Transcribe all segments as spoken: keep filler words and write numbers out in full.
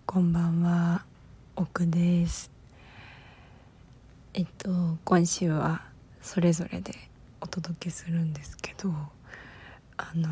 こんばんは、奥です。えっと今週はそれぞれでお届けするんですけど、あの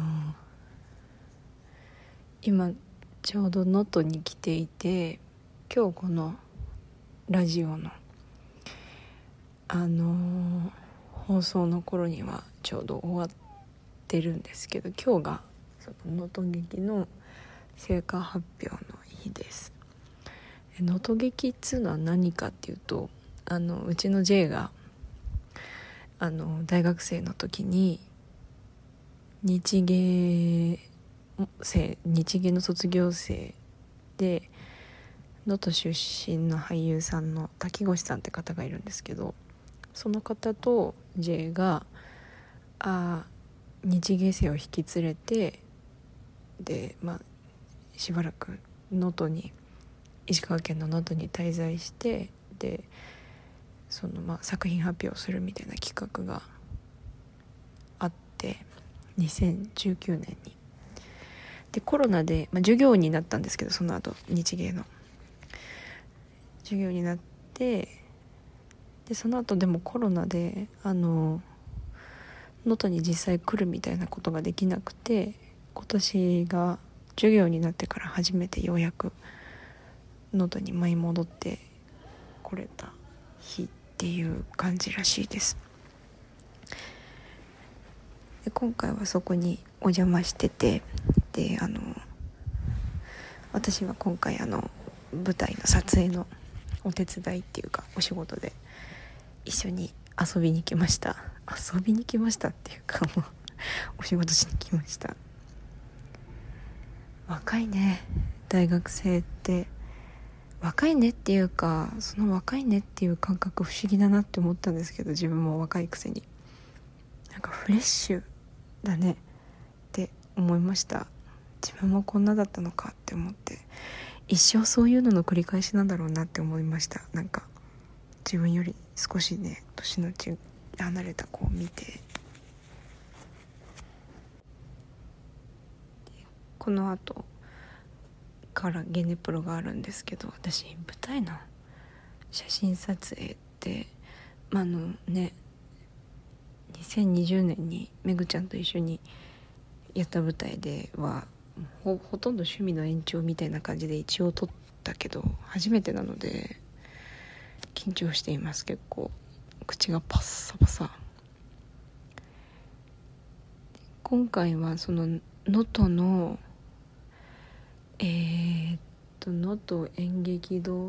今ちょうど能登に来ていて、今日このラジオのあの放送の頃にはちょうど終わってるんですけど、今日がその能登劇の成果発表の日です。能登劇っつうのは何かっていうと、あのうちの J があの大学生の時に日芸生日芸の卒業生で能登出身の俳優さんの滝越さんって方がいるんですけど、その方と J があ日芸生を引き連れて、でまあしばらく能登に石川県の能登に滞在して、でそのまあ作品発表するみたいな企画があって、にせんじゅうきゅうねんにでコロナで、まあ、授業になったんですけど、その後日芸の授業になって、でその後でもコロナであの能登に実際来るみたいなことができなくて、今年が授業になってから初めてようやく能登に舞い戻ってこれた日っていう感じらしいです。で今回はそこにお邪魔してて、であの私は今回あの舞台の撮影のお手伝いっていうかお仕事で一緒に遊びに来ました遊びに来ましたっていうかもうお仕事しに来ました。若いね、大学生って。若いねっていうか、その若いねっていう感覚不思議だなって思ったんですけど、自分も若いくせになんかフレッシュだねって思いました。自分もこんなだったのかって思って、一生そういうのの繰り返しなんだろうなって思いました。なんか自分より少しね年のうち離れた子を見て、この後からゲネプロがあるんですけど、私舞台の写真撮影って、まあ、あのねにせんにじゅうねんにめぐちゃんと一緒にやった舞台では ほ, ほとんど趣味の延長みたいな感じで一応撮ったけど、初めてなので緊張しています。結構口がパッサパサ。今回はその能登のえー、っと能登演劇堂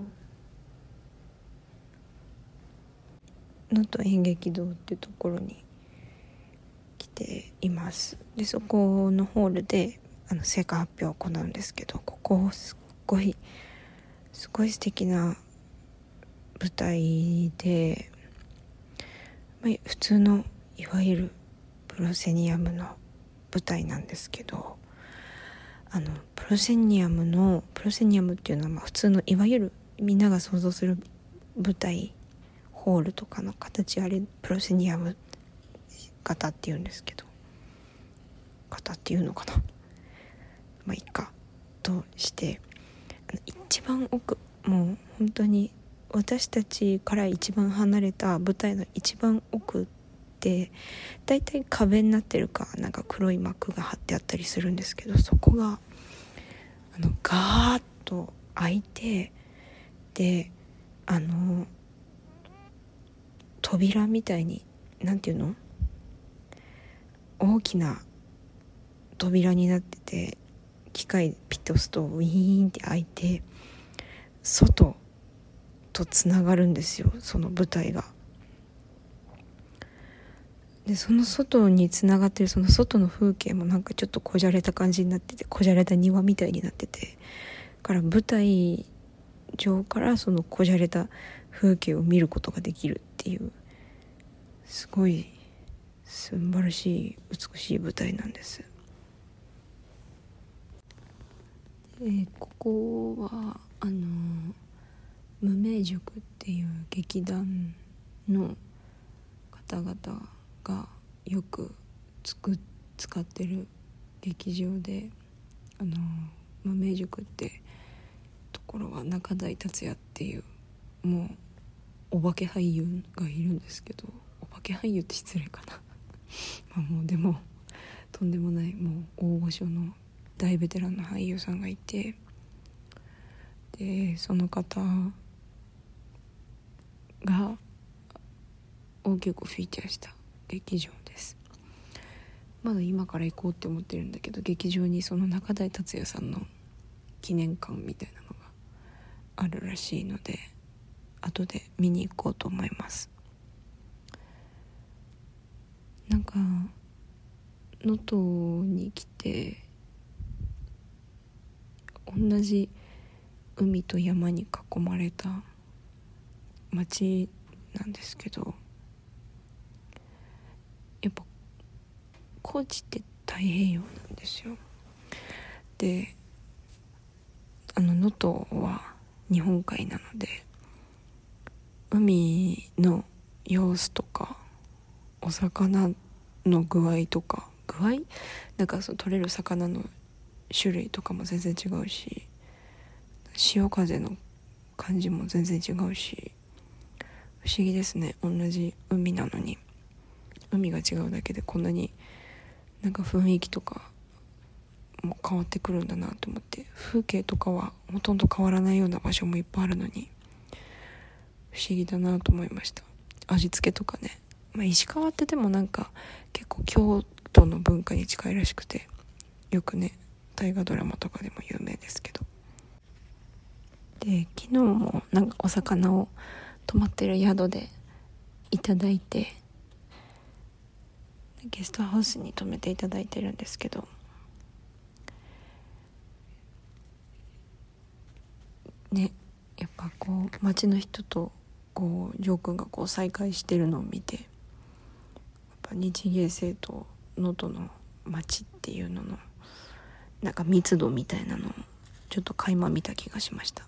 能登演劇堂っていうところに来ています。でそこのホールであの成果発表を行うんですけど、ここすっごいすごい素敵な舞台で、まあ、普通のいわゆるプロセニアムの舞台なんですけど、あのプロセニアムのプロセニアムっていうのはまあ普通のいわゆるみんなが想像する舞台ホールとかの形、あれプロセニアム型っていうんですけど、型っていうのかな、まあいいかとして、一番奥、もう本当に私たちから一番離れた舞台の一番奥ってだいたい壁になってるかなんか黒い幕が張ってあったりするんですけど、そこがあのガーッと開いて、であの扉みたいになんていうの大きな扉になってて、機械ピッと押すとウィーンって開いて外とつながるんですよ、その舞台が。でその外につながってるその外の風景もなんかちょっとこじゃれた感じになってて、こじゃれた庭みたいになってて、から舞台上からそのこじゃれた風景を見ることができるっていう、すごい素晴らしい美しい舞台なんです。でここはあの無名塾っていう劇団の方々がよくつく使ってる劇場で、あの無名塾ってころは中台達也っていうもうお化け俳優がいるんですけど、お化け俳優って失礼かなまあもうでもとんでもないもう大御所の大ベテランの俳優さんがいて、でその方がを結構フィーチャーした劇場です。まだ今から行こうって思ってるんだけど、劇場にその中台達也さんの記念館みたいなのがあるらしいので、後で見に行こうと思います。なんか能登に来て同じ海と山に囲まれた町なんですけど、やっぱ高知って太平洋なんですよ。であの能登は日本海なので、海の様子とかお魚の具合とか具合なんかその取れる魚の種類とかも全然違うし、潮風の感じも全然違うし、不思議ですね。同じ海なのに海が違うだけでこんなになんか雰囲気とかも変わってくるんだなと思って、風景とかはほとんど変わらないような場所もいっぱいあるのに不思議だなと思いました。味付けとかね、まあ、石川ってでもなんか結構京都の文化に近いらしくて、よくね大河ドラマとかでも有名ですけど、で昨日もなんかお魚を泊まってる宿でいただいて、ゲストハウスに泊めていただいてるんですけどね、やっぱこう街の人とこうジョー君がこう再会してるのを見て、やっぱ日芸生と能登の街っていうののなんか密度みたいなのをちょっと垣間見た気がしました。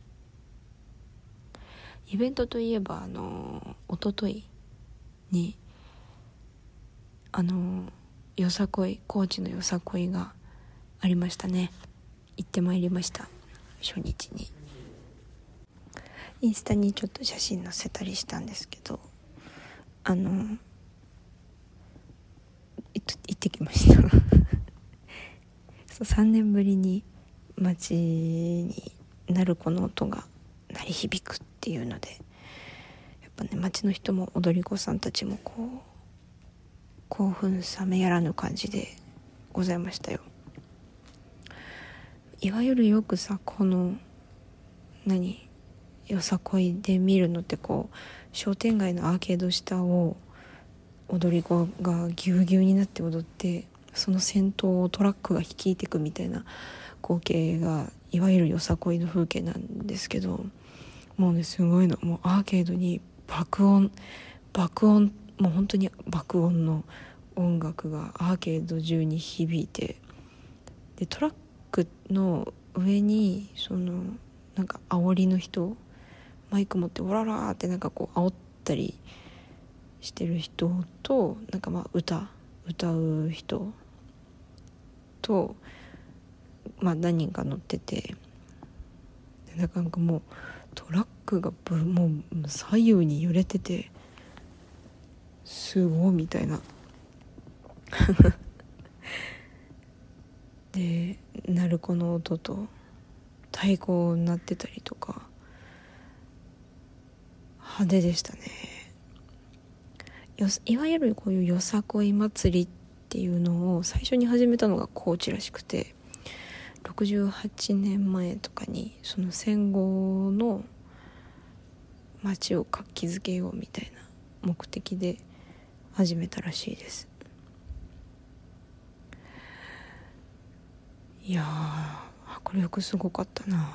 イベントといえばあの一昨日にあのよさこい高知のよさこいがありましたね。行ってまいりました。初日にインスタにちょっと写真載せたりしたんですけど、あの行ってきましたそうさんねんぶりに街に鳴子の音が鳴り響くっていうので、やっぱね街の人も踊り子さんたちもこう興奮冷めやらぬ感じでございましたよ。いわゆるよくさこの何よさこいで見るのってこう商店街のアーケード下を踊り子がぎゅうぎゅうになって踊って、その先頭をトラックが率いていくみたいな光景がいわゆるよさこいの風景なんですけど、もうねすごいの、もうアーケードに爆音爆音もう本当に爆音の音楽がアーケード中に響いて、でトラックの上にそのなんか煽りの人マイク持ってオララーってなんかこう煽ったりしてる人と、なんかまあ歌歌う人とまあ何人か乗ってて、でなんかもうトラックがブもう左右に揺れててすごいみたいなで鳴子の音と太鼓になってたりとか派手でしたね。よいわゆるこういうよさこい祭りっていうのを最初に始めたのが高知らしくて、ろくじゅうはちねんまえとかにその戦後の街を活気づけようみたいな目的で始めたらしいです。いやー迫力すごかったな。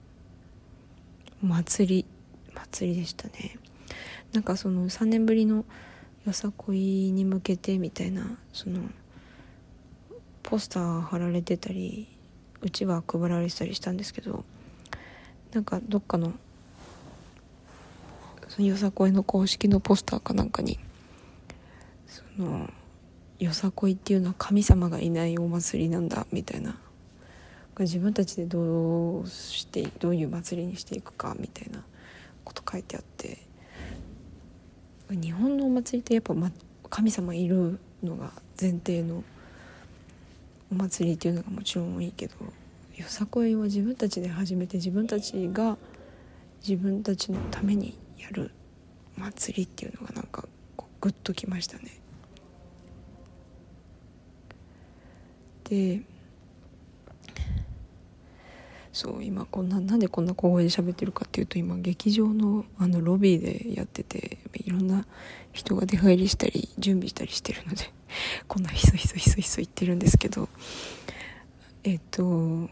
祭り祭りでしたね。なんかそのさんねんぶりのよさこいに向けてみたいなそのポスター貼られてたりうちは配られてたりしたんですけど、なんかどっかのそのよさこいの公式のポスターかなんかにそのよさこいっていうのは神様がいないお祭りなんだみたいな、自分たちでどうししてどういう祭りにしていくかみたいなこと書いてあって、日本のお祭りってやっぱ、ま、神様いるのが前提のお祭りっていうのがもちろんいいけど、よさこいは自分たちで始めて自分たちが自分たちのためにやる祭りっていうのがなんかこうグッときましたね。で、そう今こんななんでこんな小声で喋ってるかっていうと、今劇場のあのロビーでやってて、いろんな人が出入りしたり準備したりしてるのでこんなひそひそひそひそ言ってるんですけど、えっと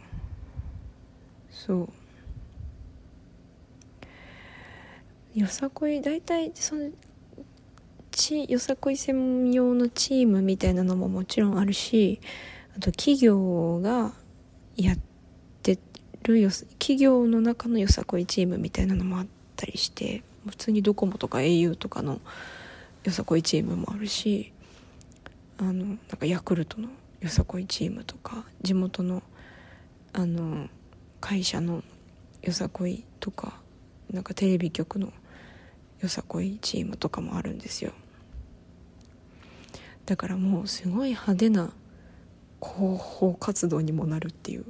そうよさこい大体そのちよさこい専用のチームみたいなのももちろんあるし、あと企業がやってるよ企業の中のよさこいチームみたいなのもあったりして、普通にドコモとか エーユー とかのよさこいチームもあるし、あのなんかヤクルトのよさこいチームとか、地元のあの会社のよさこいとか、なんかテレビ局のよさこいチームとかもあるんですよ。だからもうすごい派手な広報活動にもなるっていう。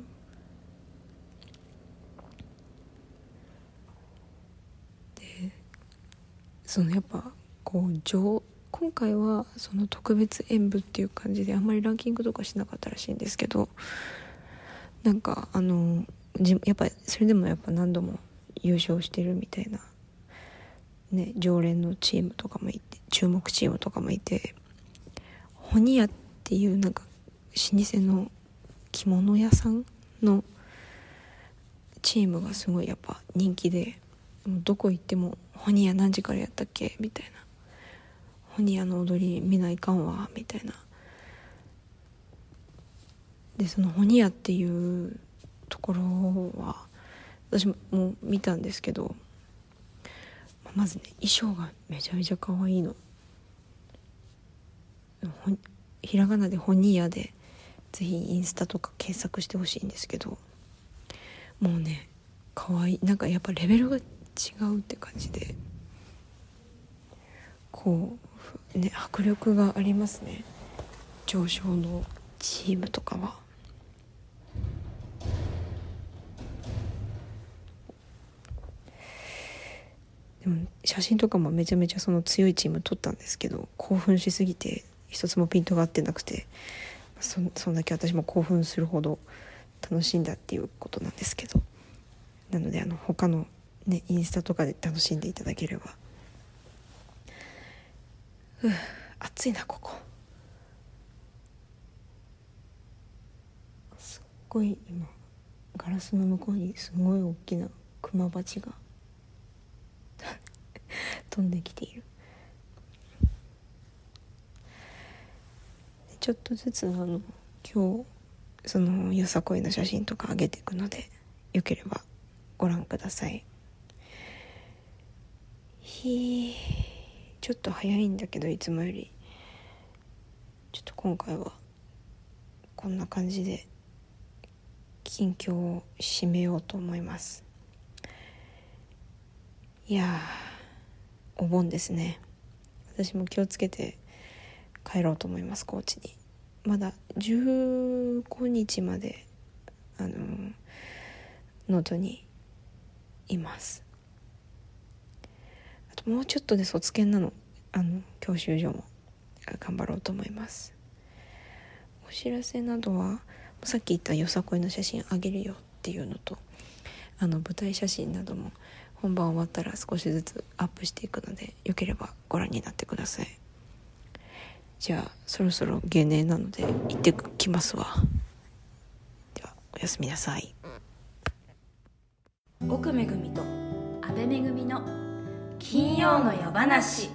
でそのやっぱこう上今回はその特別演舞っていう感じであんまりランキングとかしなかったらしいんですけど、なんかあのやっぱそれでもやっぱ何度も優勝してるみたいなね、常連のチームとかもいて、注目チームとかもいて、ホニヤっていうなんか老舗の着物屋さんのチームがすごいやっぱ人気で、どこ行ってもホニヤ何時からやったっけみたいな、ホニヤの踊り見ないかんわみたいな。でそのホニヤっていうところは私も見たんですけど、まずね衣装がめちゃめちゃ可愛いの。ひらがなでホニヤでぜひインスタとか検索してほしいんですけど、もうね可愛い、なんかやっぱレベルが違うって感じで、こうね迫力がありますね。上昇のチームとかはでも写真とかもめちゃめちゃその強いチーム撮ったんですけど、興奮しすぎて一つもピントが合ってなくて、そ, そんだけ私も興奮するほど楽しんだっていうことなんですけど、なのであの他のねインスタとかで楽しんでいただければ。うぅ暑いなここ。すっごい今ガラスの向こうにすごい大きなクマバチが飛んできている。ちょっとずつあの今日そのよさこいの写真とか上げていくので、よければご覧ください。ひちょっと早いんだけどいつもよりちょっと今回はこんな感じで近況を締めようと思います。いやーお盆ですね。私も気をつけて帰ろうと思います。高知にまだじゅうごにちまであの能登にいます。あともうちょっとで卒検なの。あの教習所も頑張ろうと思います。お知らせなどはさっき言ったよさこいの写真あげるよっていうのと、あの舞台写真なども本番終わったら少しずつアップしていくので、よければご覧になってください。じゃあそろそろゲネなので行ってきますわ。ではおやすみなさい。 奥めぐみと阿部めぐみの金曜の夜話。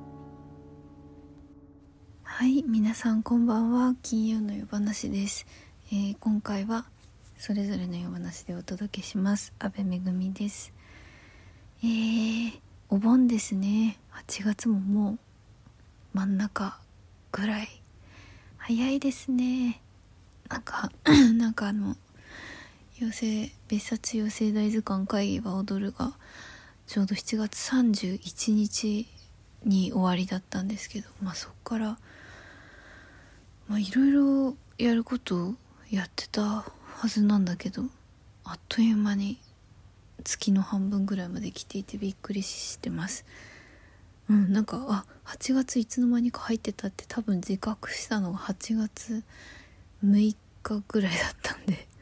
はい、皆さんこんばんは。金曜の夜話です。えー、今回はそれぞれの夜話でお届けします。阿部めぐみです。えー、お盆ですね。はちがつももう真ん中ぐらい。早いですね。なんかなんかあの妖精別冊妖精大図鑑会議は踊るがちょうどしちがつさんじゅういちにちに終わりだったんですけど、まあそこからまあいろいろやることをやってたはずなんだけど、あっという間に月の半分ぐらいまで来ていてびっくりしてます。うん、なんかあはちがついつの間にか入ってたって多分自覚したのがはちがつむいかぐらいだったんで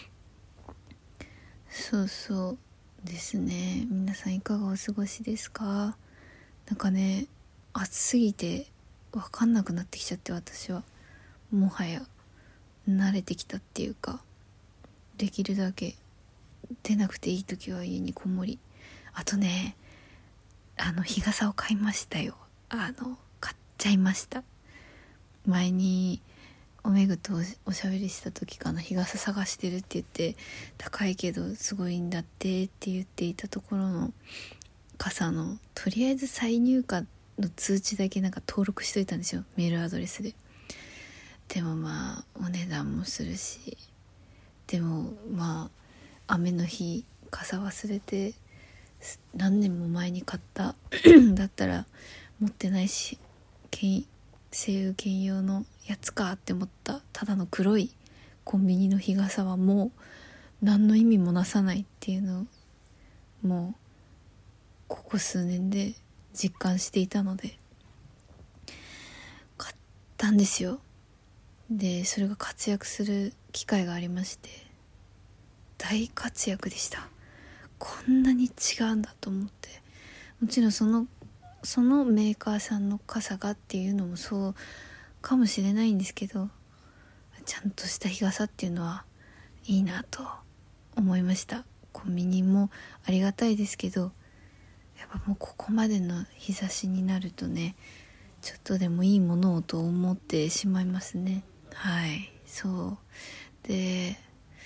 そうそうですね。皆さんいかがお過ごしですか？なんかね、暑すぎて分かんなくなってきちゃって、私はもはや慣れてきたっていうか、できるだけ出なくていい時は家にこもり、あとねあの日傘を買いましたよ。あの買っちゃいました。前におめぐとおしゃべりした時かな、日傘探してるって言って、高いけどすごいんだってって言っていたところの傘のとりあえず再入荷の通知だけなんか登録しといたんですよ、メールアドレスで。でもまあお値段もするし、でもまあ雨の日傘忘れて何年も前に買っただったら持ってないし、西雨兼用のやつかって思ったただの黒いコンビニの日傘はもう何の意味もなさないっていうのをもうここ数年で実感していたので買ったんですよ。でそれが活躍する機会がありまして大活躍でした。こんなに違うんだと思って、もちろんそのそのメーカーさんの傘がっていうのもそうかもしれないんですけど、ちゃんとした日傘っていうのはいいなと思いました。コンビニもありがたいですけど、やっぱもうここまでの日差しになるとね、ちょっとでもいいものをと思ってしまいますね。はい、そうで、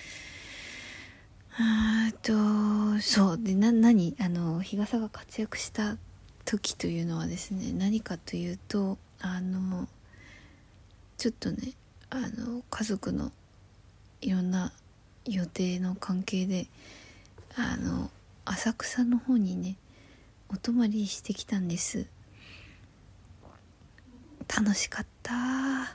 あーとそうでな何あの日傘が活躍した時というのはですね、何かというと、あのちょっとねあの家族のいろんな予定の関係であの浅草の方にねお泊まりしてきたんです。楽しかった。はい、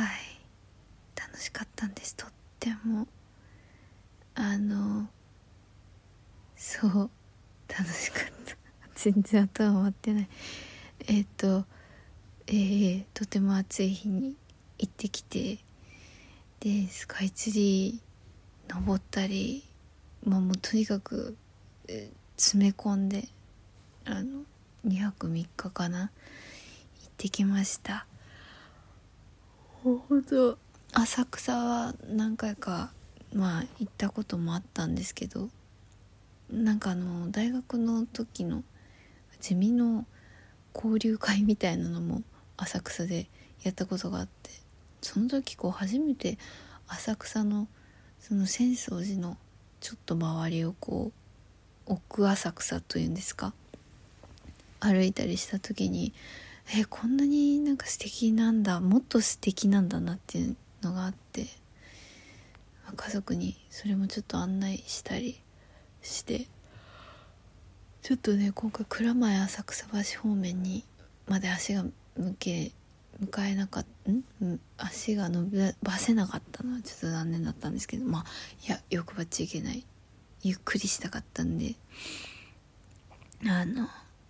楽しかったんです。とってもあのそう楽しかった全然頭回ってない。えっとえー、とても暑い日に行ってきて、でスカイツリー登ったり、まあもうとにかく、えー、詰め込んであのにはくみっかかな行ってきました。ほんと浅草は何回かまあ行ったこともあったんですけど、なんかあの大学の時のゼミの交流会みたいなのも浅草でやったことがあって、その時こう初めて浅草のその浅草寺のちょっと周りをこう奥浅草というんですか、歩いたりした時にえこんなになんか素敵なんだ、もっと素敵なんだなっていうのがあって、家族にそれもちょっと案内したりして、ちょっとね今回蔵前浅草橋方面にまで足が向け向かえなかったん足が伸ばせなかったのはちょっと残念だったんですけど、まあいや欲張っちゃいけない、ゆっくりしたかったんで、あの、えー、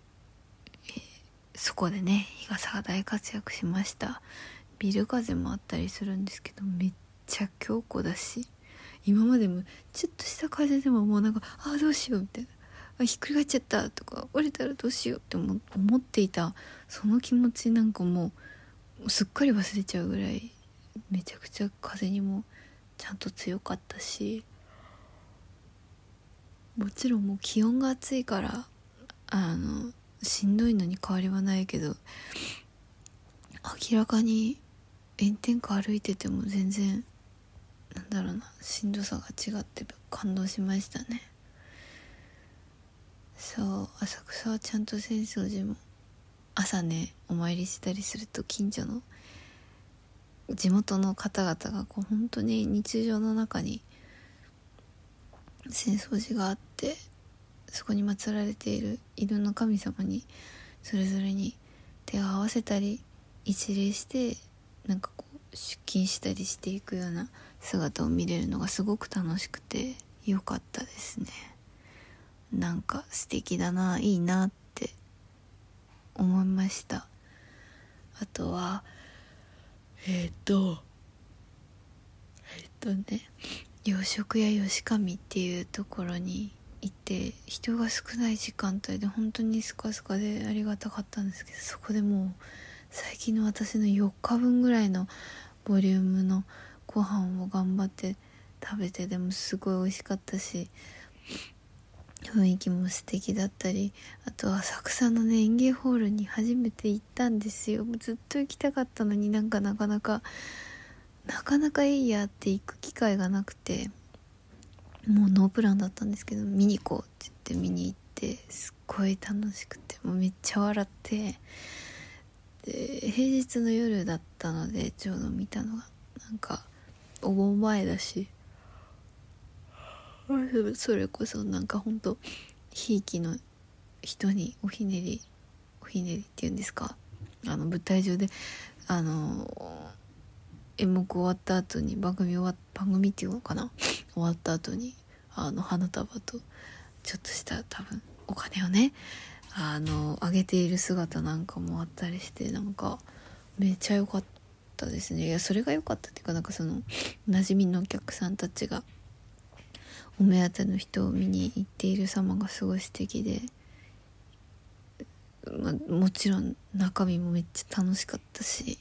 そこでね日傘が大活躍しました。ビル風もあったりするんですけどめっちゃ強固だし、今までもちょっとした風でももうなんかああどうしようみたいな、あひっくり返っちゃったとか折れたらどうしようって思っていたその気持ちなんかもうすっかり忘れちゃうぐらいめちゃくちゃ風にもちゃんと強かったし、もちろんもう気温が暑いからあのしんどいのに変わりはないけど、明らかに炎天下歩いてても全然なんだろうな、しんどさが違って感動しましたね。そう浅草はちゃんと浅草寺も朝ねお参りしたりすると近所の地元の方々がこう本当に日常の中に浅草寺があって、そこに祀られているいろんな神様にそれぞれに手を合わせたり一礼して、なんかこう出勤したりしていくような姿を見れるのがすごく楽しくて良かったですね。なんか素敵だな、いいなって思いました。あとはえっ、ー、とえっ、ー、とね洋食屋吉上っていうところに行って、人が少ない時間帯で本当にスカスカでありがたかったんですけど、そこでもう最近の私のよっかぶんぐらいのボリュームのご飯を頑張って食べて、でもすごい美味しかったし、雰囲気も素敵だったり、あとは浅草のね園芸ホールに初めて行ったんですよ。もうずっと行きたかったのに、なんかなかなかなかなかいいやって行く機会がなくて、もうノープランだったんですけど、見に行こうって言って見に行って、すっごい楽しくて、もうめっちゃ笑って、で平日の夜だったのでちょうど見たのが、なんかお盆前だし、それこそなんかほんとひいきの人におひねりおひねりっていうんですか、あの舞台上であの演目終わった後に番組終わ番組っていうのかな終わった後にあの花束とちょっとした多分お金をねあの上げている姿なんかもあったりして、なんかめっちゃ良かったですね。いやそれが良かったっていうか、なんかその馴染みのお客さんたちがお目当ての人を見に行っている様がすごい素敵で、まあ、もちろん中身もめっちゃ楽しかったし、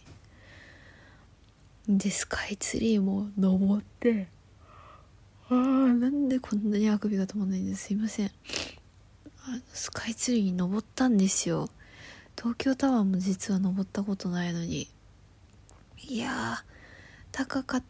でスカイツリーも登って、あーなんでこんなにあくびが止まんないんです、すいません。あのスカイツリーに登ったんですよ。東京タワーも実は登ったことないのに、いやー高かった。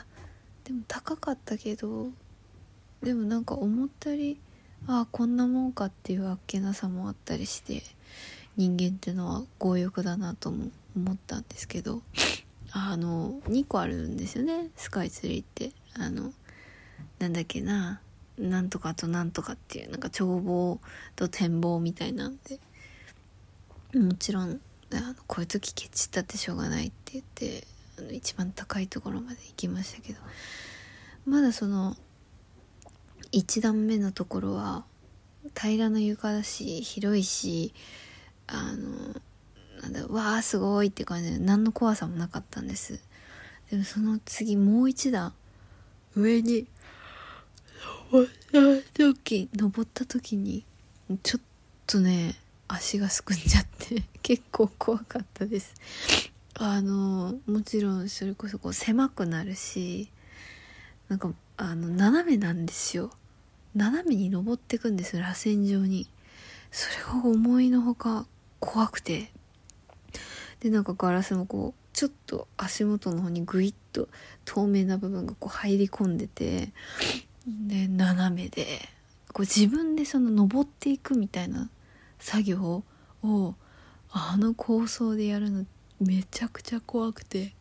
でも高かったけど、でもなんか思ったよりあこんなもんかっていうあっけなさもあったりして、人間ってのは強欲だなとも思ったんですけど、あのにこあるんですよねスカイツリーって。あのなんだっけな、なんとかとなんとかっていう、なんか眺望と展望みたいなんで、もちろんあのこういう時ケチったってしょうがないって言って、あの一番高いところまで行きましたけど、まだそのいちだんめのところは平らな床だし広いし、あのなんだわーすごいって感じで何の怖さもなかったんです。でもその次もう一段上に登った時登った時にちょっとね足がすくんじゃって結構怖かったです。あのもちろんそれこそこう狭くなるし、なんかあの斜めなんですよ。斜めに登ってくんです、螺旋状に。それが思いのほか怖くて、でなんかガラスもこうちょっと足元の方にグイッと透明な部分がこう入り込んでて、で斜めでこう自分でその登っていくみたいな作業をあの構想でやるのめちゃくちゃ怖くて、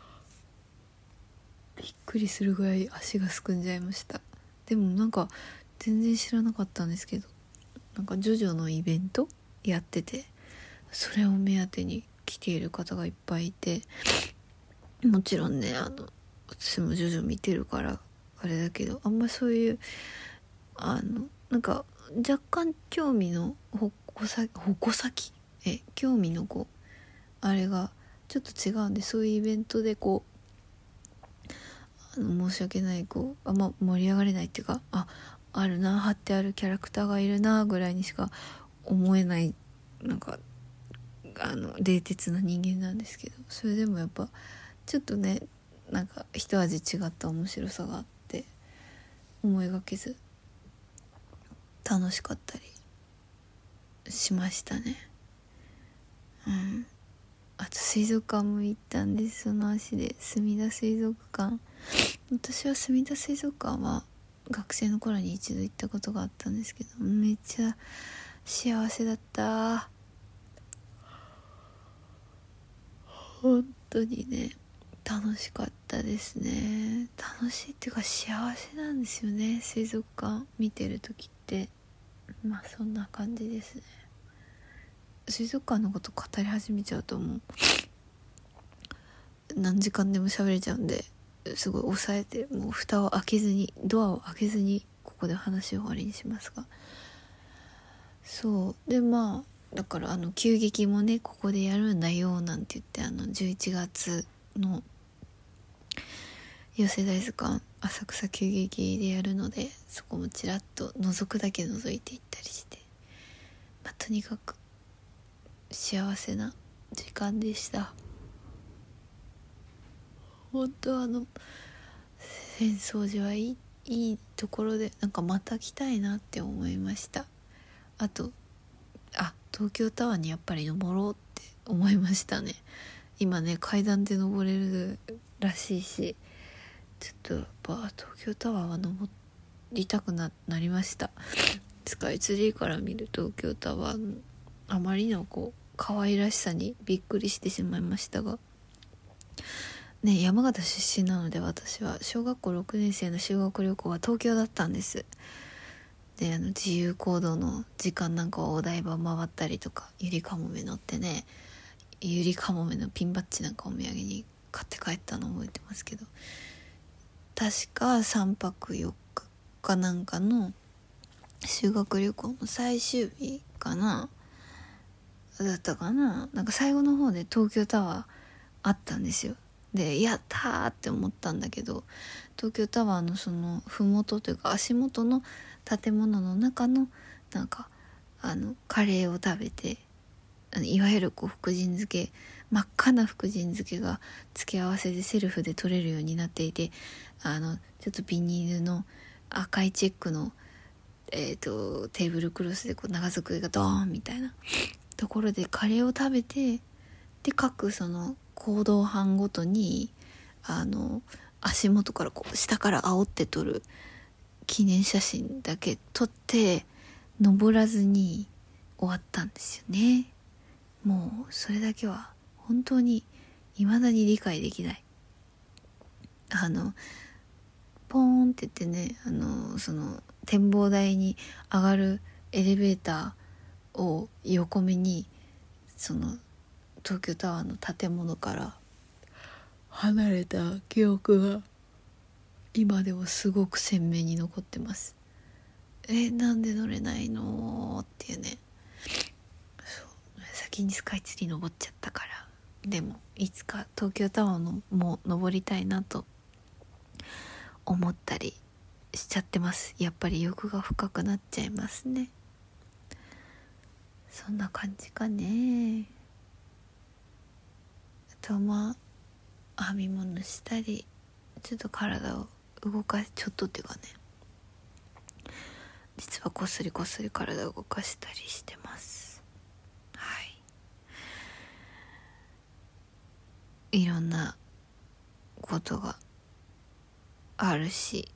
びっくりするぐらい足がすくんじゃいました。でもなんか全然知らなかったんですけど、なんかジョジョのイベントやってて、それを目当てに来ている方がいっぱいいて、もちろんねあの私もジョジョ見てるからあれだけど、あんまそういうあのなんか若干興味のほこさ矛先え興味のこうあれがちょっと違うんで、そういうイベントでこうあの申し訳ないこうあんま盛り上がれないっていうか、ああるな貼ってあるキャラクターがいるなぐらいにしか思えない、なんかあの冷徹な人間なんですけど、それでもやっぱちょっとねなんか一味違った面白さがあって思いがけず楽しかったりしましたね。うん。あと水族館も行ったんです、その足で。すみだ水族館、私はすみだ水族館は学生の頃に一度行ったことがあったんですけど、めっちゃ幸せだった。本当にね楽しかったですね。楽しいっていうか幸せなんですよね、水族館見てる時って。まあそんな感じですね。水族館のこと語り始めちゃうともう何時間でも喋れちゃうんで、すごい抑えて、もう蓋を開けずに、ドアを開けずにここで話を終わりにしますが、そうで、まあだからあの急激もねここでやるんだよなんて言って、あのじゅういちがつの寄せ大図鑑浅草急激でやるので、そこもちらっと覗くだけ覗いていったりして、まあ、とにかく幸せな時間でした。本当あの浅草寺はいい、いいところで、なんかまた来たいなって思いました。あとあ東京タワーにやっぱり登ろうって思いましたね。今ね階段で登れるらしいし、ちょっとやっぱ東京タワーは登りたく な, なりました。スカイツリーから見る東京タワーのあまりのこう可愛らしさにびっくりしてしまいましたがね、山形出身なので、私は小学校ろくねん生の修学旅行は東京だったんです。で、あの自由行動の時間なんかはお台場回ったりとか、ゆりかもめ乗ってね、ゆりかもめのピンバッジなんかお土産に買って帰ったの覚えてますけど、確かさんぱくよっかかなんかの修学旅行の最終日かなだったかな、なんか最後の方で東京タワーあったんですよ。でやったーって思ったんだけど、東京タワーのその麓というか足元の建物の中のなんかあのカレーを食べて、あのいわゆるこう福神漬け、真っ赤な福神漬けが付け合わせでセルフで取れるようになっていて、あのちょっとビニールの赤いチェックの、えーと、テーブルクロスでこう長机がドーンみたいなところでカレーを食べて、で各その行動班ごとにあの足元からこう下から煽って撮る記念写真だけ撮って登らずに終わったんですよね。もうそれだけは本当に未だに理解できない。あのポーンって言ってね、あのその展望台に上がるエレベーターを横目にその東京タワーの建物から離れた記憶が今でもすごく鮮明に残ってます。えなんで乗れないのっていうね。そう先にスカイツリー登っちゃったから。でもいつか東京タワーのも登りたいなと思ったりしちゃってます。やっぱり欲が深くなっちゃいますね。そんな感じかね。あとまあ編み物したり、ちょっと体を動かしちょっとっていうかね、実はこっそりこっそり体を動かしたりしてます。はい、いろんなことがあるし、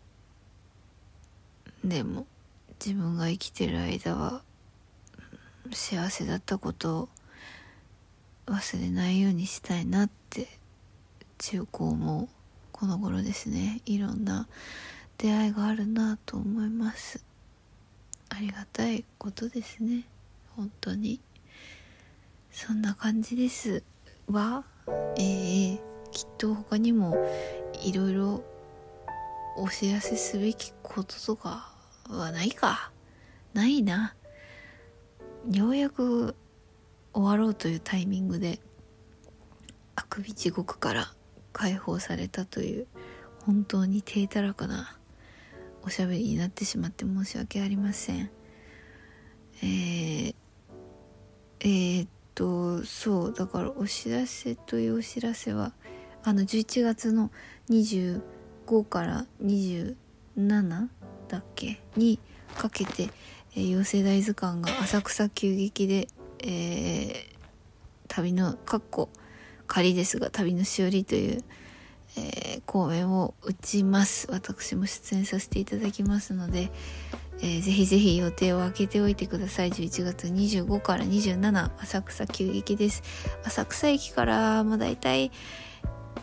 でも自分が生きてる間は幸せだったことを忘れないようにしたいなって中高もこの頃ですね。いろんな出会いがあるなと思います。ありがたいことですね、本当に。そんな感じですは、えー、きっと他にもいろいろお知らせすべきこととかはないかないな。ようやく終わろうというタイミングであくび地獄から解放されたという本当に低たらくなおしゃべりになってしまって申し訳ありません。えー、えー、っとそうだからお知らせというお知らせはあのじゅういちがつのにじゅうごからにじゅうななだっけにかけて、えー、養成大図鑑が浅草急激で、えー、旅のかっこ仮ですが旅のしおりという、えー、公演を打ちます。私も出演させていただきますので、えー、ぜひぜひ予定を空けておいてください。じゅういちがつにじゅうごからにじゅうなな浅草急激です。浅草駅からもうだいたい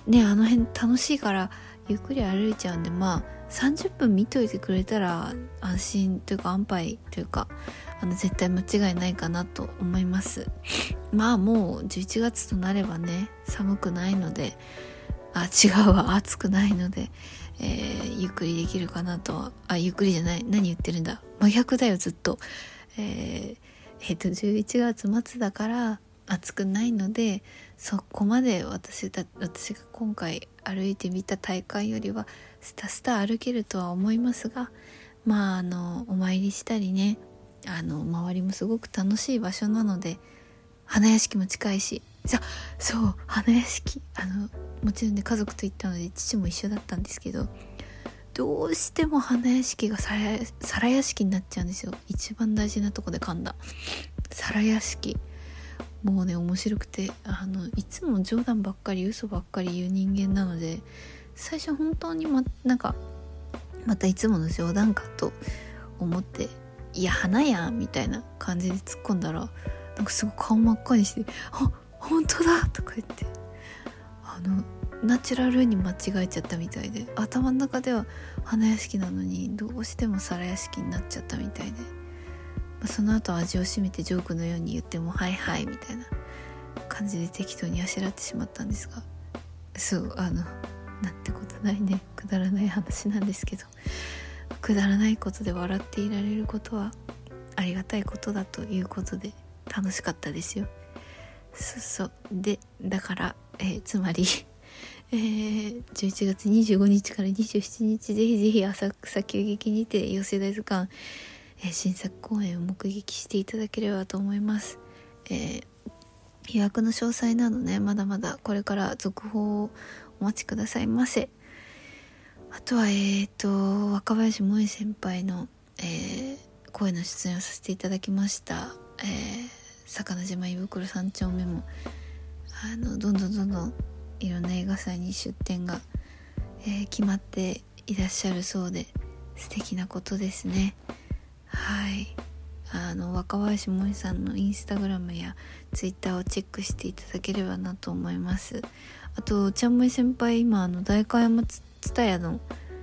ねあの辺楽しいからゆっくり歩いちゃうんで、まあさんじゅっぷん見といてくれたら安心というか安牌というか、あの絶対間違いないかなと思います。まあもうじゅういちがつとなればね、寒くないので、あ違うわ暑くないので、えー、ゆっくりできるかなとは。あゆっくりじゃない、何言ってるんだ、真逆だよずっと。えー、えー、とじゅういちがつ末だから暑くないので、そこまで私だ私が今回歩いてみた大会よりはスタスタ歩けるとは思いますが、まああのお参りしたりね、あの周りもすごく楽しい場所なので、花屋敷も近いし、さそう花屋敷、あのもちろんね家族と行ったので父も一緒だったんですけど、どうしても花屋敷が皿屋敷になっちゃうんですよ。一番大事なとこで噛んだ皿屋敷、もうね面白くて、あのいつも冗談ばっかり嘘ばっかり言う人間なので、最初本当にまなんかまたいつもの冗談かと思って、いや花やんみたいな感じで突っ込んだら、なんかすごい顔真っ赤にして、あ本当だとか言って、あのナチュラルに間違えちゃったみたいで、頭の中では花屋敷なのにどうしても皿屋敷になっちゃったみたいで、まあ、その後味を占めてジョークのように言ってもはいはいみたいな感じで適当にあしらってしまったんですが、そうあのなんてことないね、くだらない話なんですけど、くだらないことで笑っていられることはありがたいことだということで楽しかったですよ。そうそうでだから、えー、つまりえー、じゅういちがつにじゅうごにちからにじゅうしちにちぜひぜひ浅草急激にて寄席大図鑑、えー、新作公演を目撃していただければと思います。えー、予約の詳細などねまだまだこれから続報をお待ちくださいませ。あとはえーと若林萌先輩の、えー、声の出演をさせていただきました、えー、魚島胃袋三丁目もあのどんどんどんどんいろんな映画祭に出展が、えー、決まっていらっしゃるそうで素敵なことですね。はい、あの若林萌さんのインスタグラムやツイッターをチェックしていただければなと思います。あとちゃんもい先輩今あの代官山つ蔦屋の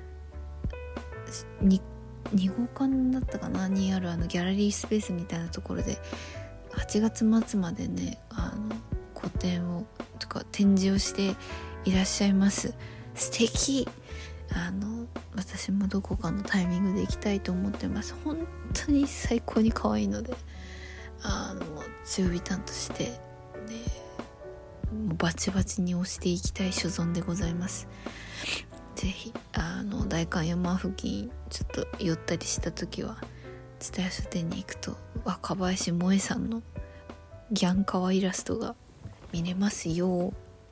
2, に号館だったかなにあるあのギャラリースペースみたいなところではちがつ末までねあの個展をとか展示をしていらっしゃいます。素敵。あの私もどこかのタイミングで行きたいと思ってます。本当に最高に可愛いので、あの準備担としてねもうバチバチに押していきたい所存でございます。ぜひあの代官山付近ちょっと寄ったりした時は蔦屋書店に行くと若林萌さんのギャンカワイラストが見れますよ。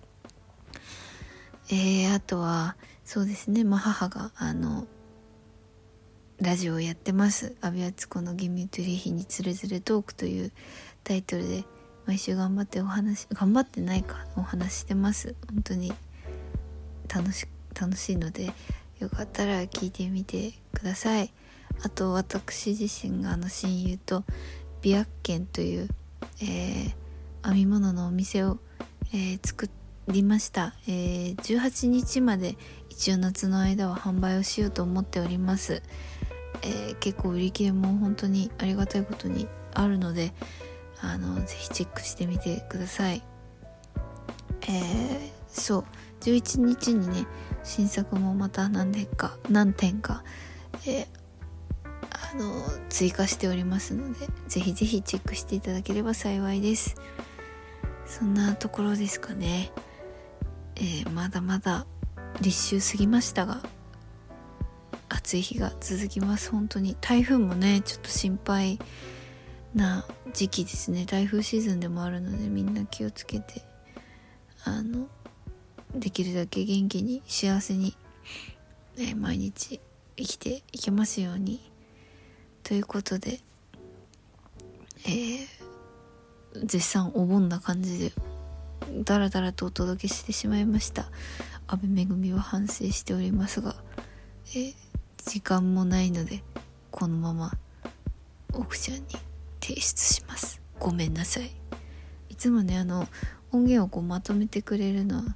えー、あとはそうですね、まあ、母があのラジオをやってます。阿部敦子のギミュートリーヒにつれづれトークというタイトルで毎週頑張ってお話頑張ってないかお話してます。本当に楽し楽しいのでよかったら聞いてみてください。あと私自身があの親友と美薬研という、えー、編み物のお店を、えー、作りました、えー、じゅうはちにちまで一応夏の間は販売をしようと思っております。えー、結構売り切れも本当にありがたいことにあるのであのぜひチェックしてみてください。えー、そうじゅういちにちにね新作もまた何点か何点か、えー、あの追加しておりますのでぜひぜひチェックしていただければ幸いです。そんなところですかね。えー、まだまだ立秋過ぎましたが暑い日が続きます。本当に台風もねちょっと心配な時期ですね。台風シーズンでもあるのでみんな気をつけてあのできるだけ元気に幸せに、ね、毎日生きていけますようにということで、えー、絶賛お盆な感じでだらだらとお届けしてしまいました。安倍めぐみは反省しておりますが、えー、時間もないのでこのまま奥ちゃんに提出します。ごめんなさい。いつもねあの音源をこうまとめてくれるのは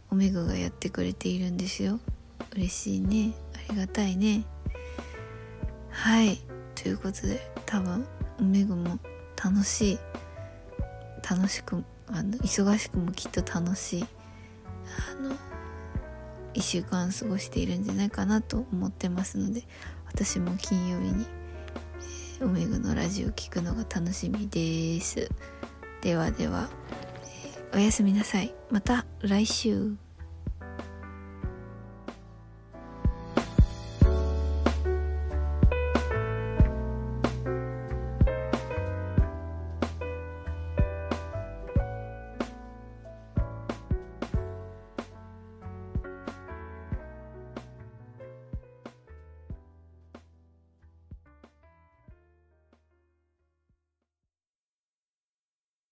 おめぐがやってくれているんですよ。嬉しいね、ありがたいね。はい、ということで多分おめぐも楽しい楽しくあの忙しくもきっと楽しいあのいっしゅうかん過ごしているんじゃないかなと思ってますので、私も金曜日に、えー、おめぐのラジオ聞くのが楽しみです。ではでは、えー、おやすみなさい。また来週。